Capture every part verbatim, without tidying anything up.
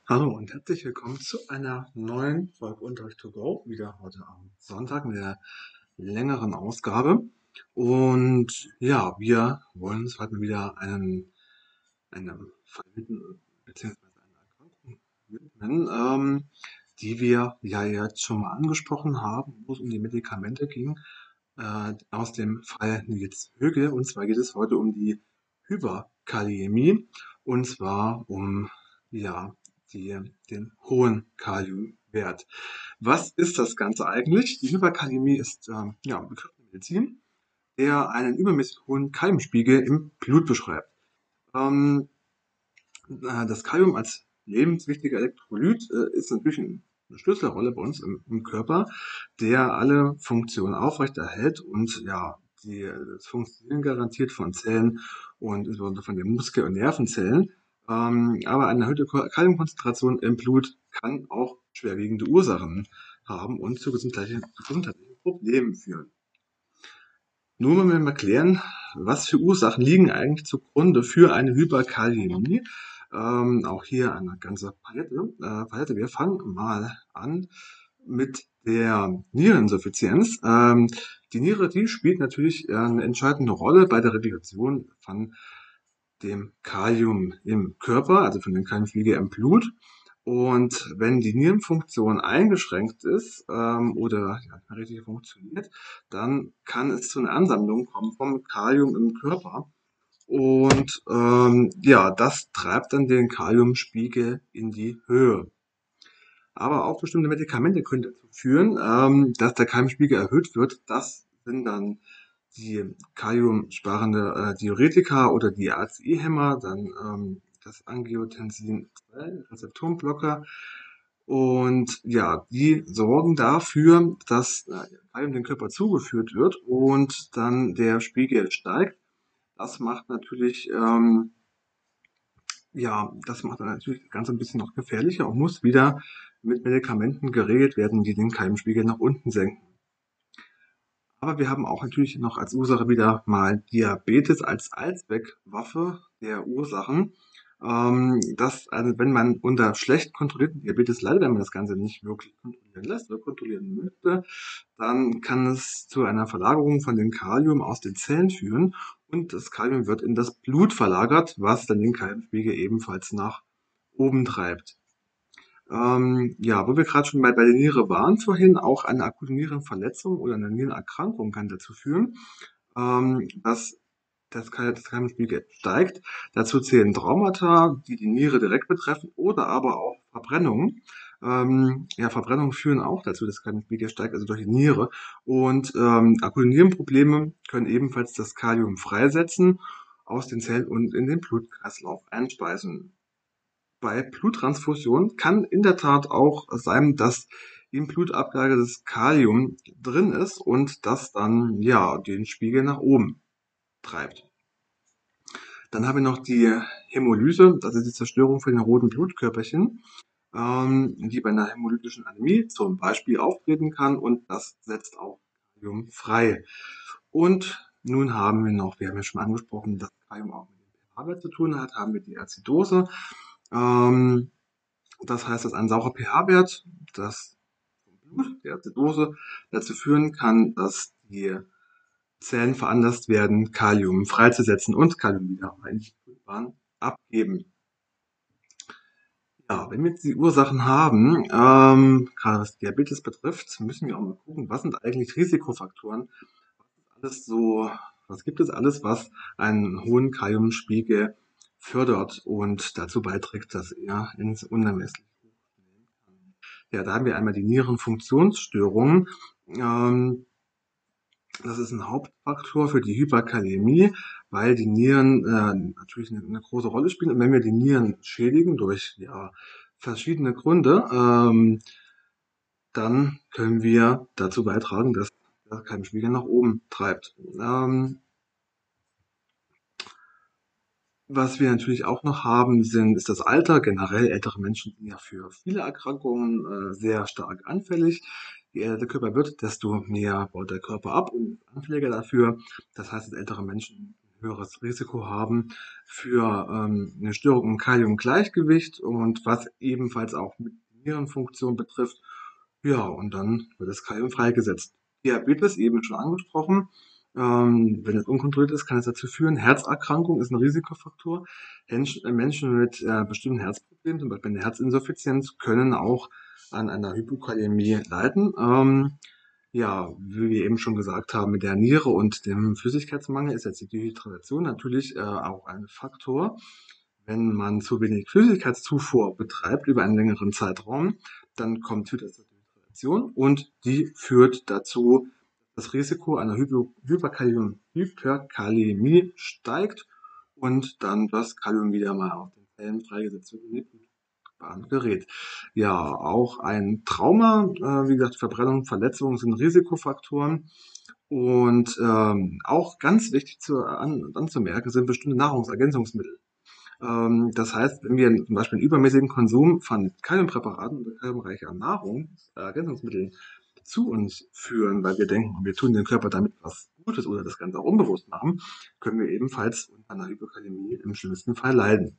Hallo und herzlich willkommen zu einer neuen Folge Unterricht to go, wieder heute am Sonntag mit der längeren Ausgabe. Und ja, wir wollen uns heute wieder einem, einem Fall widmen, beziehungsweise einer Erkrankung widmen, ähm, die wir ja jetzt schon mal angesprochen haben, wo es um die Medikamente ging, äh, aus dem Fall Nils Högel. Und zwar geht es heute um die Hyperkaliämie, und zwar um ja, die, den hohen Kaliumwert. Was ist das Ganze eigentlich? Die Hyperkaliämie ist ähm, ja, ein Begriff der Medizin, der einen übermäßig hohen Kaliumspiegel im Blut beschreibt. Ähm, äh, Das Kalium als lebenswichtiger Elektrolyt äh, ist natürlich ein- eine Schlüsselrolle bei uns im, im Körper, der alle Funktionen aufrechterhält und ja, die, das Funktionieren garantiert von Zellen und insbesondere von den Muskel- und Nervenzellen. Ähm, aber eine erhöhte Ko- Kaliumkonzentration im Blut kann auch schwerwiegende Ursachen haben und zu gesundheitlichen, zu gesundheitlichen Problemen führen. Nun wollen wir mal klären, was für Ursachen liegen eigentlich zugrunde für eine Hyperkaliämie. Ähm, auch hier eine ganze Palette, äh, Palette. Wir fangen mal an mit der Niereninsuffizienz. Ähm, die Niere, die spielt natürlich eine entscheidende Rolle bei der Regulation von dem Kalium im Körper, also von dem Kaliumspiegel im Blut. Und wenn die Nierenfunktion eingeschränkt ist ähm, oder ja, nicht mehr richtig funktioniert, dann kann es zu einer Ansammlung kommen vom Kalium im Körper. Und ähm, ja, das treibt dann den Kaliumspiegel in die Höhe. Aber auch bestimmte Medikamente können dazu führen, ähm, dass der Kaliumspiegel erhöht wird. Das sind dann die kaliumsparende äh, Diuretika oder die A C E-Hämmer, dann ähm, das Angiotensin zwei Rezeptorenblocker. Und ja, die sorgen dafür, dass äh, Kalium dem Körper zugeführt wird und dann der Spiegel steigt. Das macht natürlich ähm, ja, das macht dann natürlich das Ganze ein bisschen noch gefährlicher und muss wieder mit Medikamenten geregelt werden, die den Keimspiegel nach unten senken. Aber wir haben auch natürlich noch als Ursache wieder mal Diabetes als Allzweckwaffe der Ursachen. Ähm, das, also wenn man unter schlecht kontrollierten Diabetes leidet, wenn man das Ganze nicht wirklich kontrollieren lässt oder kontrollieren möchte, dann kann es zu einer Verlagerung von dem Kalium aus den Zellen führen und das Kalium wird in das Blut verlagert, was dann den Kaliumspiegel ebenfalls nach oben treibt. Ähm, ja, wo wir gerade schon bei, bei der Niere waren vorhin, auch eine akute Nierenverletzung oder eine Nierenerkrankung kann dazu führen, ähm, dass das, Kal- das Kaliumspiegel steigt. Dazu zählen Traumata, die die Niere direkt betreffen, oder aber auch Verbrennungen. Ähm, ja, Verbrennungen führen auch dazu, dass das Kaliumspiegel steigt, also durch die Niere. Und ähm, akute Nierenprobleme können ebenfalls das Kalium freisetzen aus den Zellen und in den Blutkreislauf einspeisen. Bei Bluttransfusion kann in der Tat auch sein, dass im Blut abgelagertes Kalium drin ist und das dann ja den Spiegel nach oben treibt. Dann haben wir noch die Hämolyse, das ist die Zerstörung von den roten Blutkörperchen, ähm, die bei einer hämolytischen Anämie zum Beispiel auftreten kann und das setzt auch Kalium frei. Und nun haben wir noch, wir haben ja schon angesprochen, dass Kalium auch mit dem pH-Wert zu tun hat, haben wir die Azidose. Ähm, Das heißt, dass ein saurer pH-Wert, das vom Blut, der Azidose, dazu führen kann, dass die Zellen veranlasst werden, Kalium freizusetzen und Kalium wieder in die Blutbahn abgeben. Ja, wenn wir jetzt die Ursachen haben, ähm, gerade was Diabetes betrifft, müssen wir auch mal gucken, was sind eigentlich Risikofaktoren? Alles so, was gibt es alles, was einen hohen Kaliumspiegel fördert und dazu beiträgt, dass er ins Unermessliche hochgehen kann. Ja, da haben wir einmal die Nierenfunktionsstörungen. Ähm, Das ist ein Hauptfaktor für die Hyperkalämie, weil die Nieren äh, natürlich eine, eine große Rolle spielen. Und wenn wir die Nieren schädigen durch ja, verschiedene Gründe, ähm, dann können wir dazu beitragen, dass der Keimspiegel nach oben treibt. Ähm, Was wir natürlich auch noch haben, sind, ist das Alter. Generell ältere Menschen sind ja für viele Erkrankungen äh, sehr stark anfällig. Je älter der Körper wird, desto mehr baut der Körper ab und ist anfälliger dafür. Das heißt, dass ältere Menschen höheres Risiko haben für ähm, eine Störung im Kaliumgleichgewicht und was ebenfalls auch mit Nierenfunktion betrifft. Ja, und dann wird das Kalium freigesetzt. Diabetes eben schon angesprochen. Ähm, wenn es unkontrolliert ist, kann es dazu führen. Herzerkrankung ist ein Risikofaktor. Hensch- äh, Menschen mit äh, bestimmten Herzproblemen, zum Beispiel eine Herzinsuffizienz, können auch an einer Hypokaliämie leiden. Ähm, ja, wie wir eben schon gesagt haben, mit der Niere und dem Flüssigkeitsmangel ist jetzt die Dehydratation natürlich äh, auch ein Faktor. Wenn man zu wenig Flüssigkeitszufuhr betreibt über einen längeren Zeitraum, dann kommt es zur Dehydration und die führt dazu, dass das Risiko einer Hypo Hyperkalium Hyperkalämie steigt und dann das Kalium wieder mal auf den Zellen freigesetzt wird in die Blutbahn gerät. Ja, auch ein Trauma, äh, wie gesagt, Verbrennung, Verletzungen sind Risikofaktoren. Und ähm, auch ganz wichtig zu, an, anzumerken sind bestimmte Nahrungsergänzungsmittel. Ähm, das heißt, wenn wir zum Beispiel einen übermäßigen Konsum von Kaliumpräparaten oder kaliumreicher Nahrungsergänzungsmitteln zu uns führen, weil wir denken, wir tun dem Körper damit was Gutes oder das Ganze auch unbewusst machen, können wir ebenfalls unter einer Hypokalämie im schlimmsten Fall leiden.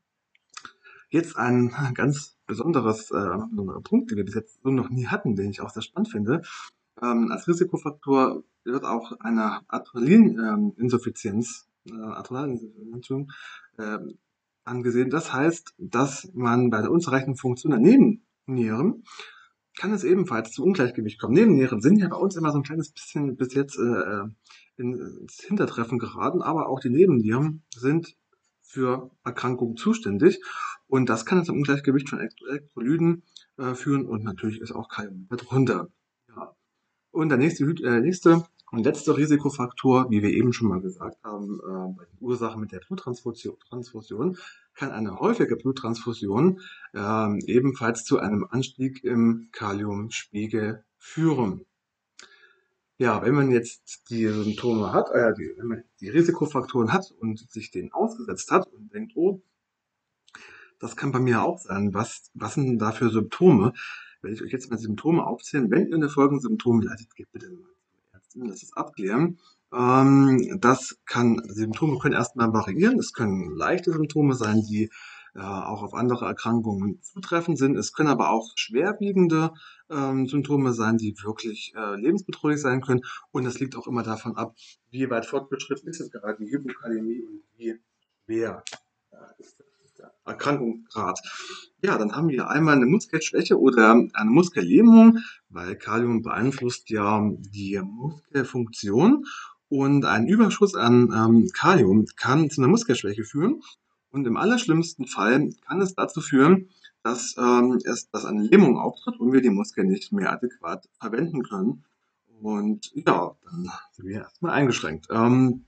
Jetzt ein ganz besonderes äh, besonderer Punkt, den wir bis jetzt so noch nie hatten, den ich auch sehr spannend finde. Ähm, als Risikofaktor wird auch eine Adrenalinsuffizienz, äh, Adrenalinsuffizienz ähm, angesehen. Das heißt, dass man bei der unzureichenden Funktion der Nebennieren kann es ebenfalls zu Ungleichgewicht kommen. Nebennieren sind ja bei uns immer so ein kleines bisschen bis jetzt äh, ins Hintertreffen geraten, aber auch die Nebennieren sind für Erkrankungen zuständig und das kann zum Ungleichgewicht von Elektrolyten äh, führen und natürlich ist auch Kalium darunter. Ja. Und der nächste, äh, nächste und letzte Risikofaktor, wie wir eben schon mal gesagt haben, äh, bei den Ursachen mit der Bluttransfusion Transfusion, kann eine häufige Bluttransfusion ähm, ebenfalls zu einem Anstieg im Kaliumspiegel führen. Ja, wenn man jetzt die Symptome hat, äh, die, wenn man die Risikofaktoren hat und sich denen ausgesetzt hat und denkt, oh, das kann bei mir auch sein. Was, was sind denn da für Symptome? Wenn ich euch jetzt mal Symptome aufzählen, wenn ihr eine folgende Symptome leidet, geht bitte mal zur Ärztin, lasst es abklären. Ähm, das kann, Symptome können erstmal variieren. Es können leichte Symptome sein, die äh, auch auf andere Erkrankungen zutreffend sind. Es können aber auch schwerwiegende ähm, Symptome sein, die wirklich äh, lebensbedrohlich sein können. Und das liegt auch immer davon ab, wie weit fortgeschritten ist es gerade die Hypokalämie und wie schwer äh, ist der Erkrankungsgrad. Ja, dann haben wir einmal eine Muskelschwäche oder eine Muskellähmung, weil Kalium beeinflusst ja die Muskelfunktion und ein Überschuss an ähm, Kalium kann zu einer Muskelschwäche führen und im allerschlimmsten Fall kann es dazu führen, dass, ähm, es, dass eine Lähmung auftritt und wir die Muskeln nicht mehr adäquat verwenden können. Und ja, dann sind wir erstmal eingeschränkt. Ähm,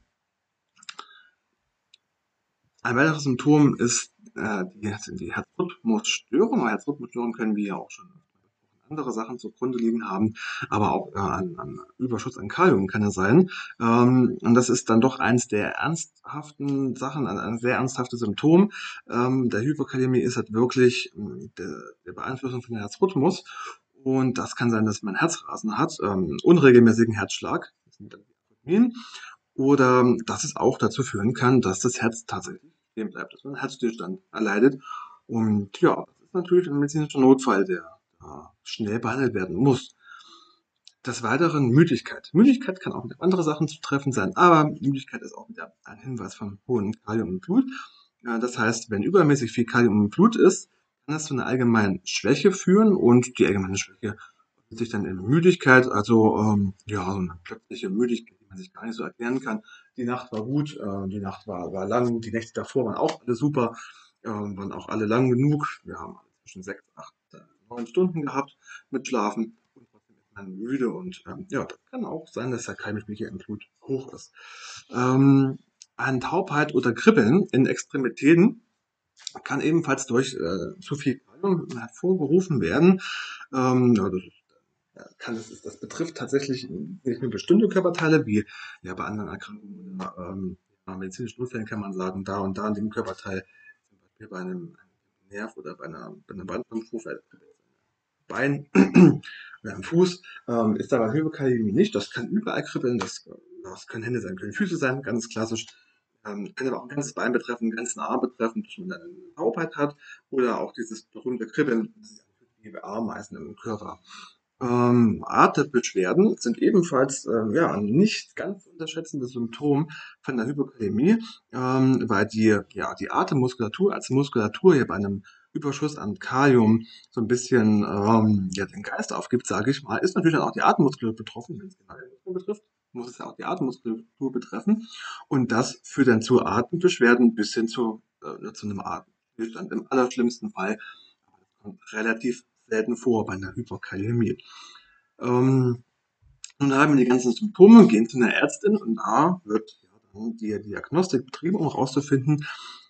ein weiteres Symptom ist äh, die, sind die Herzrhythmusstörungen. Herzrhythmusstörungen können wir ja auch schon andere Sachen zugrunde liegen haben, aber auch äh, an, an Überschuss an Kalium kann es sein. Ähm, und das ist dann doch eins der ernsthaften Sachen, ein, ein sehr ernsthaftes Symptom. Ähm, der Hypokaliämie ist halt wirklich äh, der, der Beeinflussung von dem Herzrhythmus. Und das kann sein, dass man Herzrasen hat, ähm, unregelmäßigen Herzschlag, das sind dann die Arrhythmien, oder dass es auch dazu führen kann, dass das Herz tatsächlich stehen bleibt, dass man einen Herzstillstand erleidet. Und ja, das ist natürlich ein medizinischer Notfall, der da schnell behandelt werden muss. Des Weiteren Müdigkeit. Müdigkeit kann auch mit anderen Sachen zu treffen sein, aber Müdigkeit ist auch wieder ein Hinweis von hohem Kalium im Blut. Ja, das heißt, wenn übermäßig viel Kalium im Blut ist, kann das zu einer allgemeinen Schwäche führen und die allgemeine Schwäche äußert sich dann in Müdigkeit, also ähm, ja, so eine plötzliche Müdigkeit, die man sich gar nicht so erklären kann. Die Nacht war gut, äh, die Nacht war, war lang, die Nächte davor waren auch alle super, äh, waren auch alle lang genug. Wir haben alle zwischen sechs, acht, äh, neun Stunden gehabt mit Schlafen und trotzdem ist man müde und ähm, ja, das kann auch sein, dass der Keimspiegel im Blut hoch ist. Ähm, an Taubheit oder Kribbeln in Extremitäten kann ebenfalls durch äh, zu viel Kalium hervorgerufen werden. Ähm, ja, das ist, ja, kann, das, ist, das betrifft tatsächlich nicht nur bestimmte Körperteile, wie ja bei anderen Erkrankungen oder ähm, ja, medizinischen Notfällen kann man sagen, da und da an dem Körperteil, zum Beispiel bei einem Nerv oder bei einer, bei einer Bandscheibenvorfall, Bein oder am Fuß, ähm, ist da bei Hypokaliämie nicht. Das kann überall kribbeln, das, das können Hände sein, können Füße sein, ganz klassisch. Ähm, kann aber auch ein ganzes Bein betreffen, einen ganzen Arm betreffen, dass man dann eine Taubheit hat oder auch dieses berühmte Kribbeln, das sich anfühlt wie bei Ameisen im Körper. Ähm, Atembeschwerden sind ebenfalls ähm, ja, ein nicht ganz zu unterschätzendes Symptom von der Hypokalämie, ähm, weil die, ja, die Atemmuskulatur als Muskulatur hier bei einem Überschuss an Kalium so ein bisschen ähm, ja, den Geist aufgibt, sage ich mal, ist natürlich dann auch die Atemmuskulatur betroffen, wenn es genau den Muskel betrifft, muss es ja auch die Atemmuskulatur betreffen. Und das führt dann zu Atembeschwerden bis hin zu, äh, zu einem Atemstillstand im allerschlimmsten Fall. Das kommt relativ selten vor bei einer Hypokalämie. Ähm, Nun haben wir die ganzen Symptome, gehen zu einer Ärztin und da wird ja dann die Diagnostik betrieben, um herauszufinden,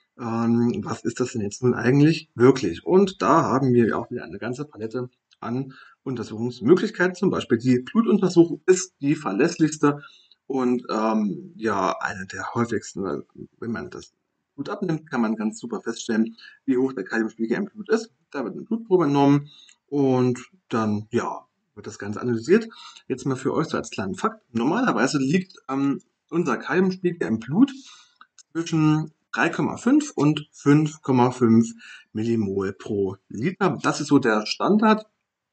ähm, was ist das denn jetzt nun eigentlich wirklich. Und da haben wir auch wieder eine ganze Palette an Untersuchungsmöglichkeiten. Zum Beispiel die Blutuntersuchung ist die verlässlichste und ähm, ja, eine der häufigsten. Weil wenn man das Blut abnimmt, kann man ganz super feststellen, wie hoch der Kaliumspiegel im Blut ist. Da wird eine Blutprobe entnommen und dann, ja, wird das Ganze analysiert. Jetzt mal für euch so als kleinen Fakt. Normalerweise liegt ähm, unser Kaliumspiegel im Blut zwischen drei Komma fünf und fünf Komma fünf Millimol pro Liter. Das ist so der Standard,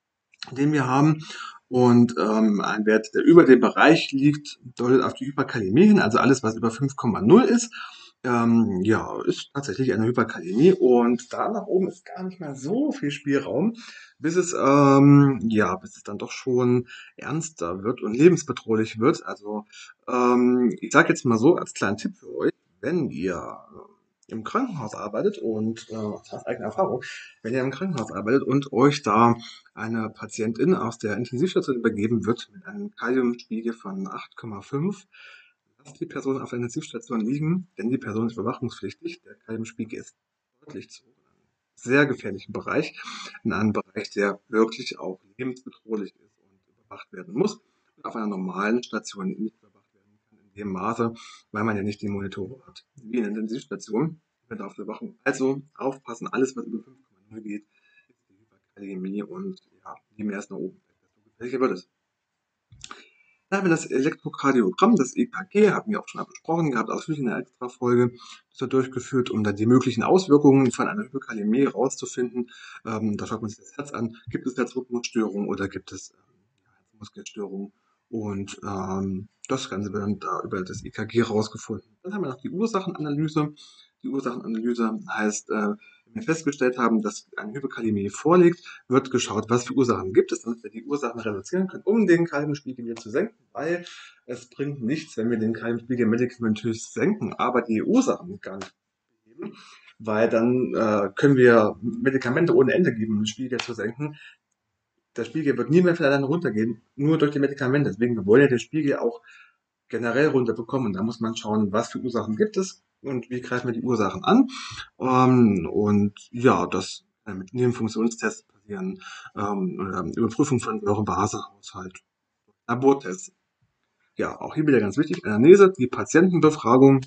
den wir haben. Und ähm, ein Wert, der über dem Bereich liegt, deutet auf die Hyperkalämie hin. Also alles, was über fünf Komma null ist, ähm, ja, ist tatsächlich eine Hyperkalämie. Und da nach oben ist gar nicht mehr so viel Spielraum, bis es, ähm, ja, bis es dann doch schon ernster wird und lebensbedrohlich wird. Also ähm, ich sage jetzt mal so als kleinen Tipp für euch, wenn ihr äh, im Krankenhaus arbeitet und äh, aus eigener Erfahrung, wenn ihr im Krankenhaus arbeitet und euch da eine Patientin aus der Intensivstation übergeben wird mit einem Kaliumspiegel von acht Komma fünf, lasst die Person auf der Intensivstation liegen, denn die Person ist überwachungspflichtig. Der Kaliumspiegel ist deutlich zu hoch, in einem sehr gefährlichen Bereich, in einem Bereich, der wirklich auch lebensbedrohlich ist und überwacht werden muss und auf einer normalen Station nicht überwacht werden kann in dem Maße, weil man ja nicht die Monitore hat, wie in der Intensivstation mit auf Überwachung. Also aufpassen, alles was über fünf Komma null geht, ist die Hyperkalämie und ja, je mehr es nach oben fällt, desto gefährlicher wird es. Dann haben wir das Elektrokardiogramm, das E K G, haben wir auch schon mal besprochen gehabt, ausführlich in einer Extra-Folge. Das wird durchgeführt, um dann die möglichen Auswirkungen von einer Hypokalämie herauszufinden. Ähm, da schaut man sich das Herz an. Gibt es Herzrhythmusstörungen oder gibt es ähm, Herzmuskelstörungen? Und ähm, das Ganze wird dann da über das E K G rausgefunden. Dann haben wir noch die Ursachenanalyse. Die Ursachenanalyse heißt, äh, wenn wir festgestellt haben, dass eine Hypokalämie vorliegt, wird geschaut, was für Ursachen gibt es, damit wir die Ursachen reduzieren können, um den Kaliumspiegel wieder zu senken, weil es bringt nichts, wenn wir den Kaliumspiegel medikamentös senken, aber die Ursachen gar nicht beheben, weil dann äh, können wir Medikamente ohne Ende geben, um den Spiegel zu senken. Der Spiegel wird nie mehr von alleine runtergehen, nur durch die Medikamente. Deswegen, wir wollen ja den Spiegel auch generell runterbekommen. Da muss man schauen, was für Ursachen gibt es und wie greifen wir die Ursachen an. Ähm, und ja, das kann mit Nebenfunktionstests passieren, ähm, oder Überprüfung von Säurebasehaushalt, Labortests. Ja, auch hier wieder ganz wichtig, Anamnese, die Patientenbefragung.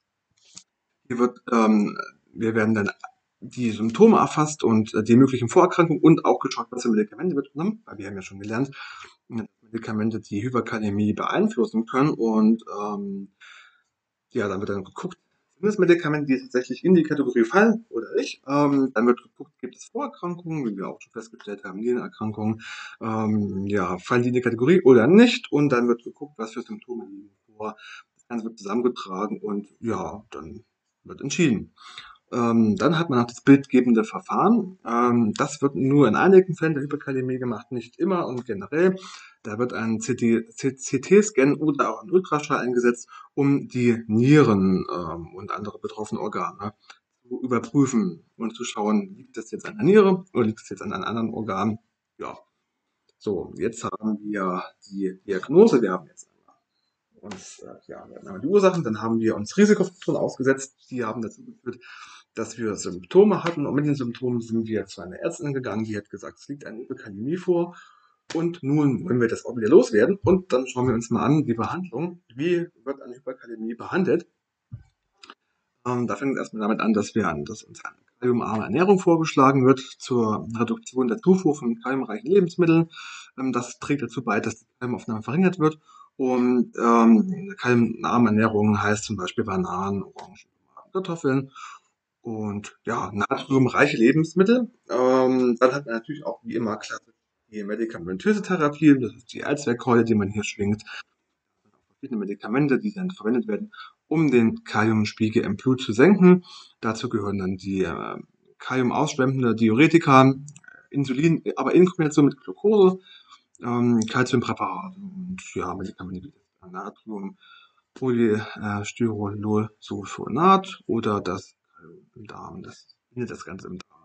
Hier wird, ähm, wir werden dann die Symptome erfasst und äh, die möglichen Vorerkrankungen und auch geschaut, was für Medikamente wird genommen, weil wir haben ja schon gelernt, dass Medikamente die Hyperkalämie beeinflussen können und ähm, ja, dann wird dann geguckt, sind es Medikamente, die tatsächlich in die Kategorie fallen oder nicht. Ähm, dann wird geguckt, gibt es Vorerkrankungen, wie wir auch schon festgestellt haben, Nierenerkrankungen, ähm, ja, fallen die in die Kategorie oder nicht. Und dann wird geguckt, was für Symptome liegen vor. Das Ganze wird zusammengetragen und ja, dann wird entschieden. Ähm, dann hat man noch das bildgebende Verfahren. Ähm, das wird nur in einigen Fällen der Hyperkalämie gemacht, nicht immer und generell. Da wird ein C T-Scan oder auch ein Ultraschall eingesetzt, um die Nieren ähm, und andere betroffene Organe zu überprüfen und zu schauen, liegt das jetzt an der Niere oder liegt es jetzt an einem anderen Organ. Ja, so, jetzt haben wir die Diagnose, wir haben jetzt uns äh, ja, wir haben die Ursachen, dann haben wir uns Risikofaktoren ausgesetzt, die haben dazu geführt, dass wir Symptome hatten und mit den Symptomen sind wir zu einer Ärztin gegangen, die hat gesagt, es liegt eine Hyperkalämie vor und nun wollen wir das auch wieder loswerden und dann schauen wir uns mal an, die Behandlung, wie wird eine Hyperkalämie behandelt. Ähm, da fängt es erstmal damit an, dass wir an, dass uns eine kaliumarme Ernährung vorgeschlagen wird zur Reduktion der Zufuhr von kaliumreichen Lebensmitteln. Ähm, das trägt dazu bei, dass die Kaliumaufnahme verringert wird. Und ähm, kaliumarme Ernährung heißt zum Beispiel Bananen, Orangen, Tomaten, Kartoffeln und ja, natriumreiche Lebensmittel. Ähm, dann hat man natürlich auch wie immer klassisch die medikamentöse Therapie, das ist die Allzweckkeule, die man hier schwingt. Verschiedene Medikamente, die dann verwendet werden, um den Kaliumspiegel im Blut zu senken. Dazu gehören dann die äh, kaliumausschwemmende Diuretika, Insulin, aber in Kombination mit Glucose, ähm, Calciumpräparate und ja, Medikamente wie das Natrium, Polystyrolsulfonat oder das Kalium im Darm. Das findet das Ganze im Darm.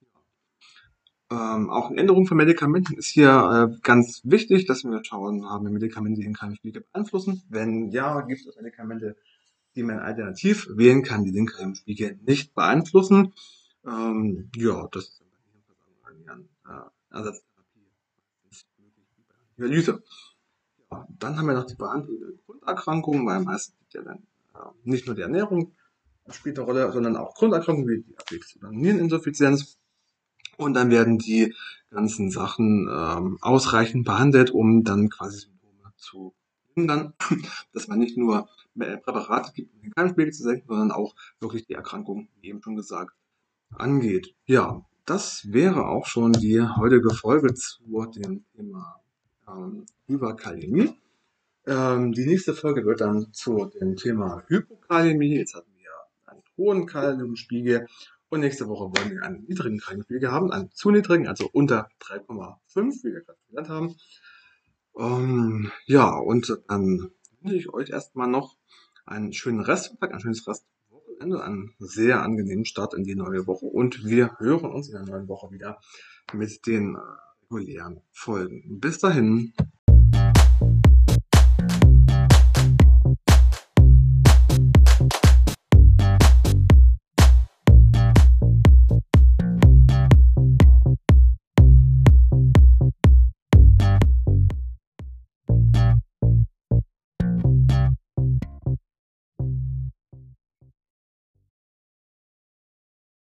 Ähm, auch eine Änderung von Medikamenten ist hier äh, ganz wichtig, dass wir schauen, haben wir Medikamente, die den Kaliumspiegel beeinflussen? Wenn ja, gibt es Medikamente, die man alternativ wählen kann, die den Kaliumspiegel nicht beeinflussen. Ähm, ja, das ist dann äh, Ersatztherapie nicht möglich wie bei Dialyse. Ja, dann haben wir noch die Behandlung der Grunderkrankungen, weil meistens ja dann äh, nicht nur die Ernährung spielt eine Rolle, sondern auch Grunderkrankungen wie Diabetes oder Niereninsuffizienz. Und dann werden die ganzen Sachen ähm, ausreichend behandelt, um dann quasi Symptome zu lindern, dass man nicht nur Präparate gibt, um den Kaliumspiegel zu senken, sondern auch wirklich die Erkrankung, wie eben schon gesagt, angeht. Ja, das wäre auch schon die heutige Folge zu dem Thema ähm, Hyperkalämie. Ähm, die nächste Folge wird dann zu dem Thema Hypokalämie. Jetzt hatten wir einen hohen Kaliumspiegel und nächste Woche wollen wir einen niedrigen Kaliumspiegel haben, einen zu niedrigen, also unter drei Komma fünf, wie wir gerade gelernt haben. Ähm, ja, und dann wünsche ich euch erstmal noch einen schönen Resttag, ein schönes Restwochenende, einen sehr angenehmen Start in die neue Woche und wir hören uns in der neuen Woche wieder mit den äh, regulären Folgen. Bis dahin.